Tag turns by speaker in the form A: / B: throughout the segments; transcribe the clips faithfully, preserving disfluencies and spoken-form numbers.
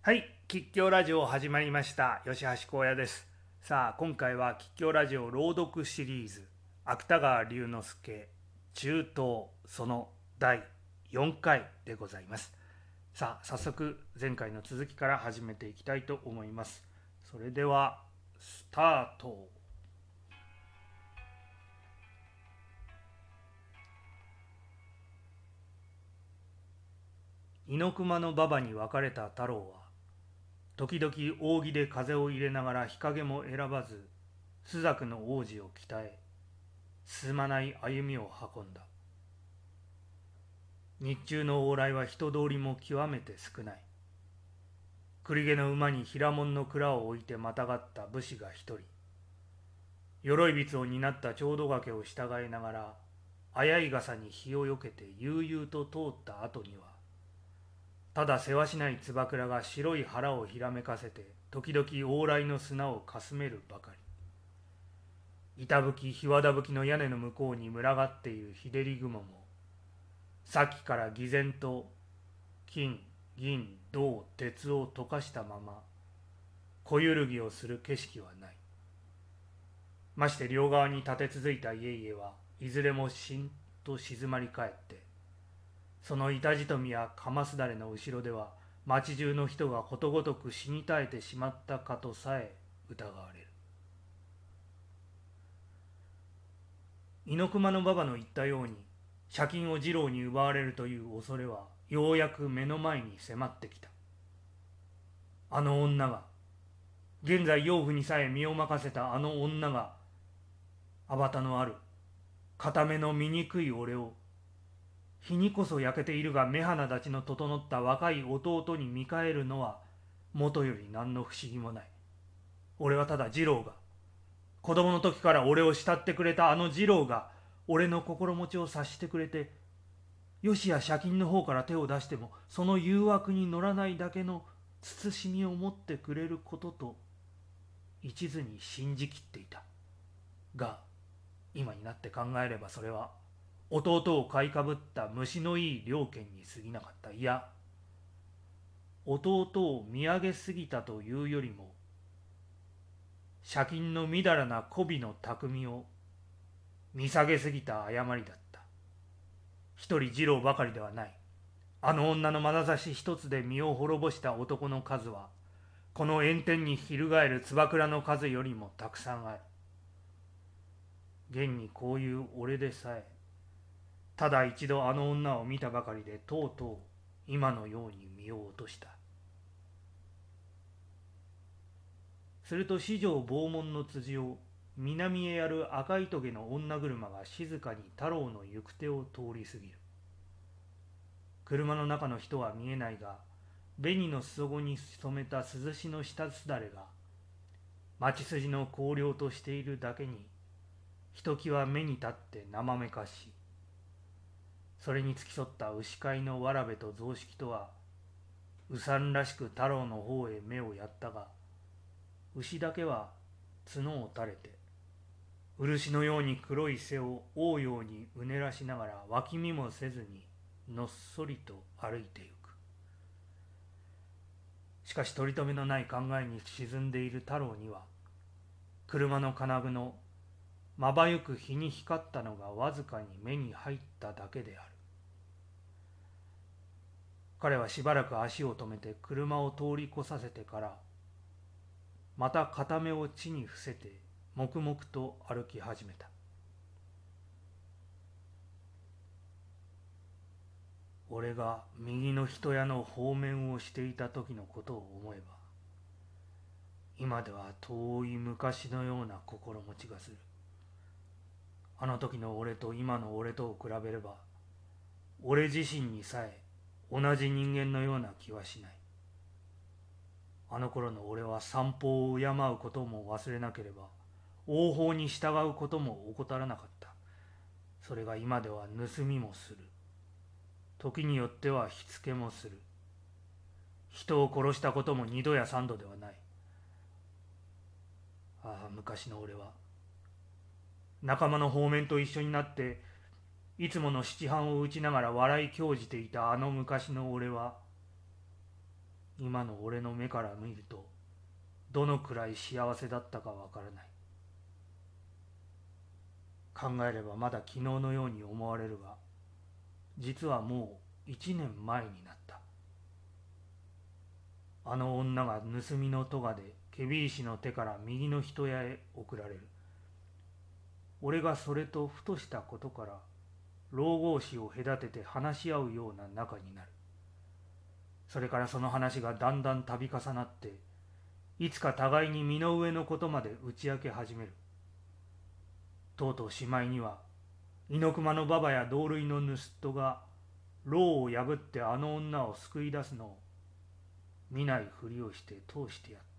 A: はい、吉祥ラジオ始まりました。吉橋光也です。さあ、今回は吉祥ラジオ朗読シリーズ、芥川龍之介中東そのだいよんかいでございます。さあ、早速前回の続きから始めていきたいと思います。それではスタート。猪熊の馬場に別れた太郎は、時々扇で風を入れながら日陰も選ばず、朱雀の王子を鍛え、進まない歩みを運んだ。日中の往来は人通りも極めて少ない。栗毛の馬に平門の蔵を置いてまたがった武士が一人。鎧びを担った長戸掛を従えながら、綾い傘に日をよけて悠々と通った後には、ただせわしないつばくらが白い腹をひらめかせて、時々往来の砂をかすめるばかり。板吹き日和田吹きの屋根の向こうに群がっている日照り雲も、さっきから偽然と金、銀、銅、鉄を溶かしたまま小揺るぎをする景色はない。まして両側に立て続いた家々はいずれもしんと静まり返って、その板仕富やかますだれの後ろでは町中の人がことごとく死に絶えてしまったかとさえ疑われる。猪熊の馬場の言ったように、借金を次郎に奪われるという恐れはようやく目の前に迫ってきた。あの女が、現在養父にさえ身を任せたあの女が、あばたのある固めの醜い俺を、日にこそ焼けているが目鼻立ちの整った若い弟に見返るのはもとより何の不思議もない。俺はただ次郎が、子供の時から俺を慕ってくれたあの次郎が、俺の心持ちを察してくれて、よしや借金の方から手を出してもその誘惑に乗らないだけの慎みを持ってくれることと一途に信じきっていた。が今になって考えれば、それは弟を買いかぶった虫のいい了見に過ぎなかった。いや、弟を見上げすぎたというよりも、借金のみだらな媚びの巧を見下げすぎた誤りだった。一人次郎ばかりではない。あの女の眼差し一つで身を滅ぼした男の数は、この炎天に翻るつばくらの数よりもたくさんある。現にこういう俺でさえ、ただ一度あの女を見たばかりで、とうとう今のように身を落とした。すると四条坊門の辻を南へやる赤い棘の女車が静かに太郎の行く手を通り過ぎる。車の中の人は見えないが、紅の裾子に染めた涼しの下すだれが町筋の荒涼としているだけに、ひときわ目に立って生めかしい。それに付き添った牛飼いのわらべと雑色とは、うさんらしく太郎の方へ目をやったが、牛だけは角を垂れて、漆のように黒い背を覆うようにうねらしながら脇見もせずにのっそりと歩いてゆく。しかし取り留めのない考えに沈んでいる太郎には、車の金具のまばゆく日に光ったのがわずかに目に入っただけである。彼はしばらく足を止めて車を通り越させてから、また片目を地に伏せて黙々と歩き始めた。俺が右の人屋の放免をしていた時のことを思えば、今では遠い昔のような心持ちがする。あの時の俺と今の俺とを比べれば、俺自身にさえ同じ人間のような気はしない。あの頃の俺は散歩を敬うことも忘れなければ、王法に従うことも怠らなかった。それが今では盗みもする。時によっては火付けもする。人を殺したことも二度や三度ではない。ああ、昔の俺は仲間の方面と一緒になっていつもの七半を打ちながら笑い興じていたあの昔の俺は、 今の俺の目から見るとどのくらい幸せだったかわからない。考えればまだ昨日のように思われるが、実はもう一年前になった。あの女が盗みの咎で検非違使の手から右の人屋へ送られる。俺がそれとふとしたことから老合士を隔てて話し合うような仲になる。それからその話がだんだん度重なって、いつか互いに身の上のことまで打ち明け始める。とうとうしまいには猪熊の馬場や同類の盗人が牢を破ってあの女を救い出すのを見ないふりをして通してやった。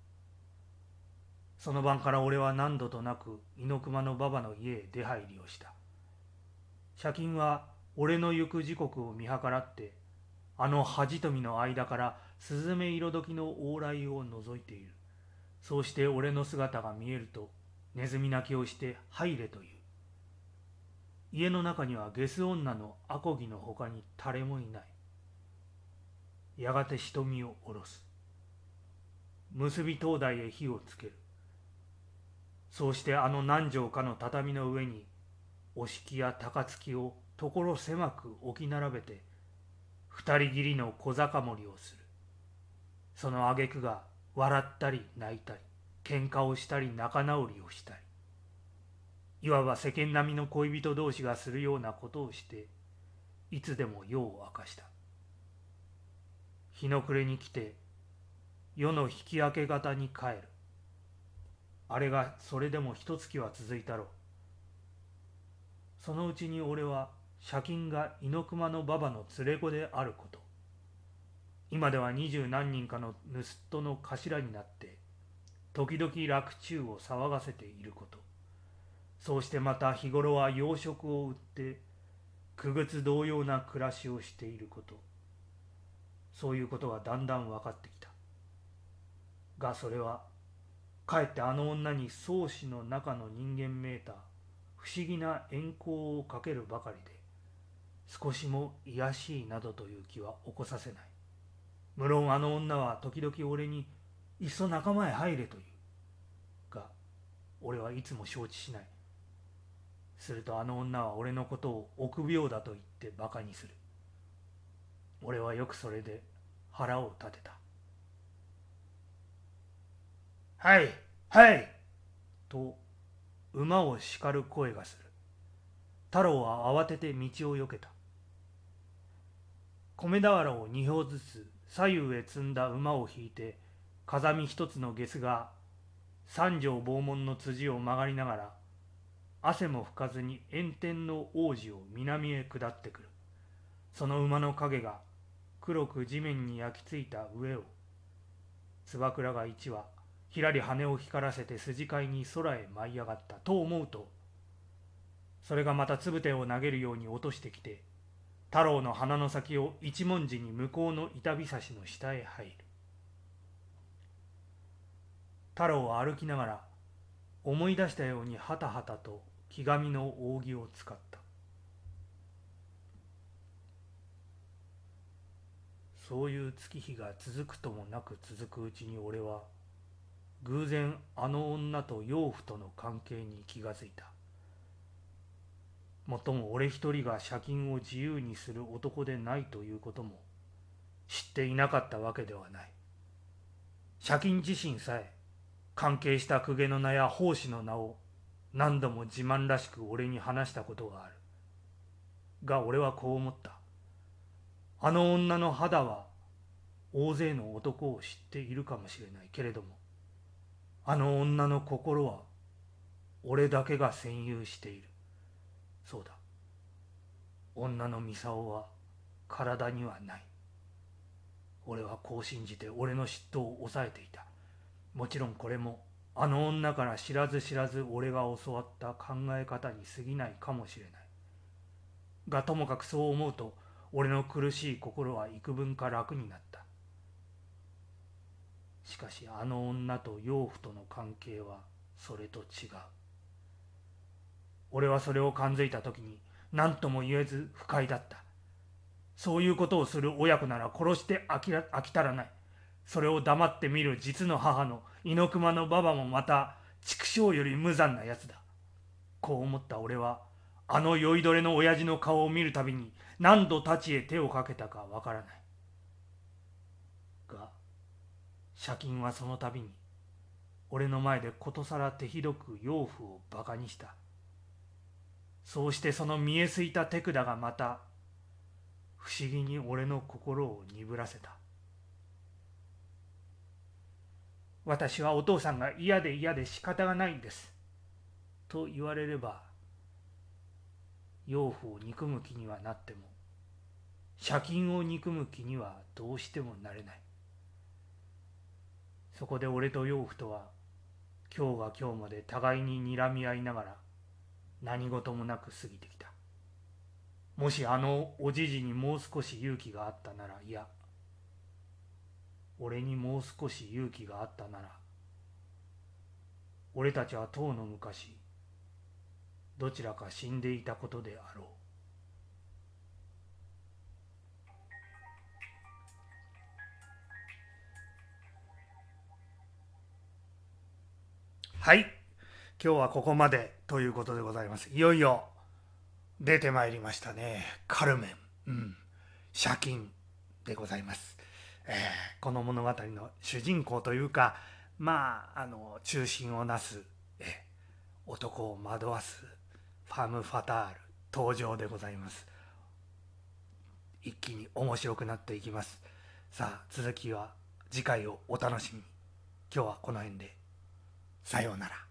A: その晩から俺は何度となく猪熊の馬場の家へ出入りをした。車金は俺の行く時刻を見計らってあの恥とみの間からスズメ色時の往来を覗いている。そうして俺の姿が見えるとネズミ鳴きをして入れという。家の中にはゲス女のアコギのほかに誰もいない。やがて人身を下ろす。結び灯台へ火をつける。そうしてあの何畳かの畳の上にお敷や高槻を所狭く置き並べて二人きりの小酒盛りをする。その挙句が笑ったり泣いたり喧嘩をしたり仲直りをしたり、いわば世間並みの恋人同士がするようなことをしていつでも夜を明かした。日の暮れに来て夜の引き明け方に帰る。あれがそれでも一月は続いたろう。そのうちに俺は車金が猪熊の馬場の連れ子であること、今では二十何人かの盗人の頭になって時々洛中を騒がせていること、そうしてまた日頃は洋食を売って苦靴同様な暮らしをしていること、そういうことがだんだん分かってきた。がそれはかえってあの女に宗師の中の人間めいた不思議な怨恨をかけるばかりで、少しも卑しいなどという気は起こさせない。無論あの女は時々俺にいっそ仲間へ入れという。が俺はいつも承知しない。するとあの女は俺のことを臆病だと言ってバカにする。俺はよくそれで腹を立てた。はいはいと馬を叱る声がする。太郎は慌てて道をよけた。米俵を二俵ずつ左右へ積んだ馬を引いて、風見一つのゲスが三条房門の辻を曲がりながら汗も拭かずに炎天の王子を南へ下ってくる。その馬の影が黒く地面に焼き付いた上を、燕倉が一羽ひらり羽を光らせて筋飼いに空へ舞い上がったと思うと、それがまたつぶてを投げるように落としてきて、太郎の鼻の先を一文字に向こうの板びさしの下へ入る。太郎は歩きながら思い出したようにはたはたと気がみの扇を使った。そういう月日が続くともなく続くうちに俺は偶然あの女と養父との関係に気がついた。もっとも俺一人が車金を自由にする男でないということも知っていなかったわけではない。車金自身さえ関係した公家の名や奉仕の名を何度も自慢らしく俺に話したことがある。が俺はこう思った。あの女の肌は大勢の男を知っているかもしれないけれども、あの女の心は俺だけが占有している。そうだ、女の操は体にはない。俺はこう信じて俺の嫉妬を抑えていた。もちろんこれもあの女から知らず知らず俺が教わった考え方に過ぎないかもしれない。がともかくそう思うと俺の苦しい心は幾分か楽になった。しかしあの女と養父との関係はそれと違う。俺はそれを感づいた時に何とも言えず不快だった。そういうことをする親子なら殺して飽きら飽きたらない。 それを黙って見る実の母の猪熊の馬場もまた畜生より無残なやつだ。こう思った俺はあの酔いどれの親父の顔を見るたびに何度太刀へ手をかけたかわからない。が借金はその度に俺の前でことさら手ひどく養父をバカにした。そうしてその見えすいた手札がまた不思議に俺の心を鈍らせた。私はお父さんが嫌で嫌で仕方がないんですと言われれば養父を憎む気にはなっても借金を憎む気にはどうしてもなれない。そこで俺と養父とは今日が今日まで互いに睨み合いながら何事もなく過ぎてきた。もしあのおじじにもう少し勇気があったなら、いや俺にもう少し勇気があったなら、俺たちはとうの昔どちらか死んでいたことであろう。はい、今日はここまでということでございます。いよいよ出てまいりましたね。カルメン、うん、借金でございます。えー、この物語の主人公というか、まああの中心をなす、えー、男を惑わすファム・ファタール登場でございます。一気に面白くなっていきます。さあ続きは次回をお楽しみに。今日はこの辺でさようなら。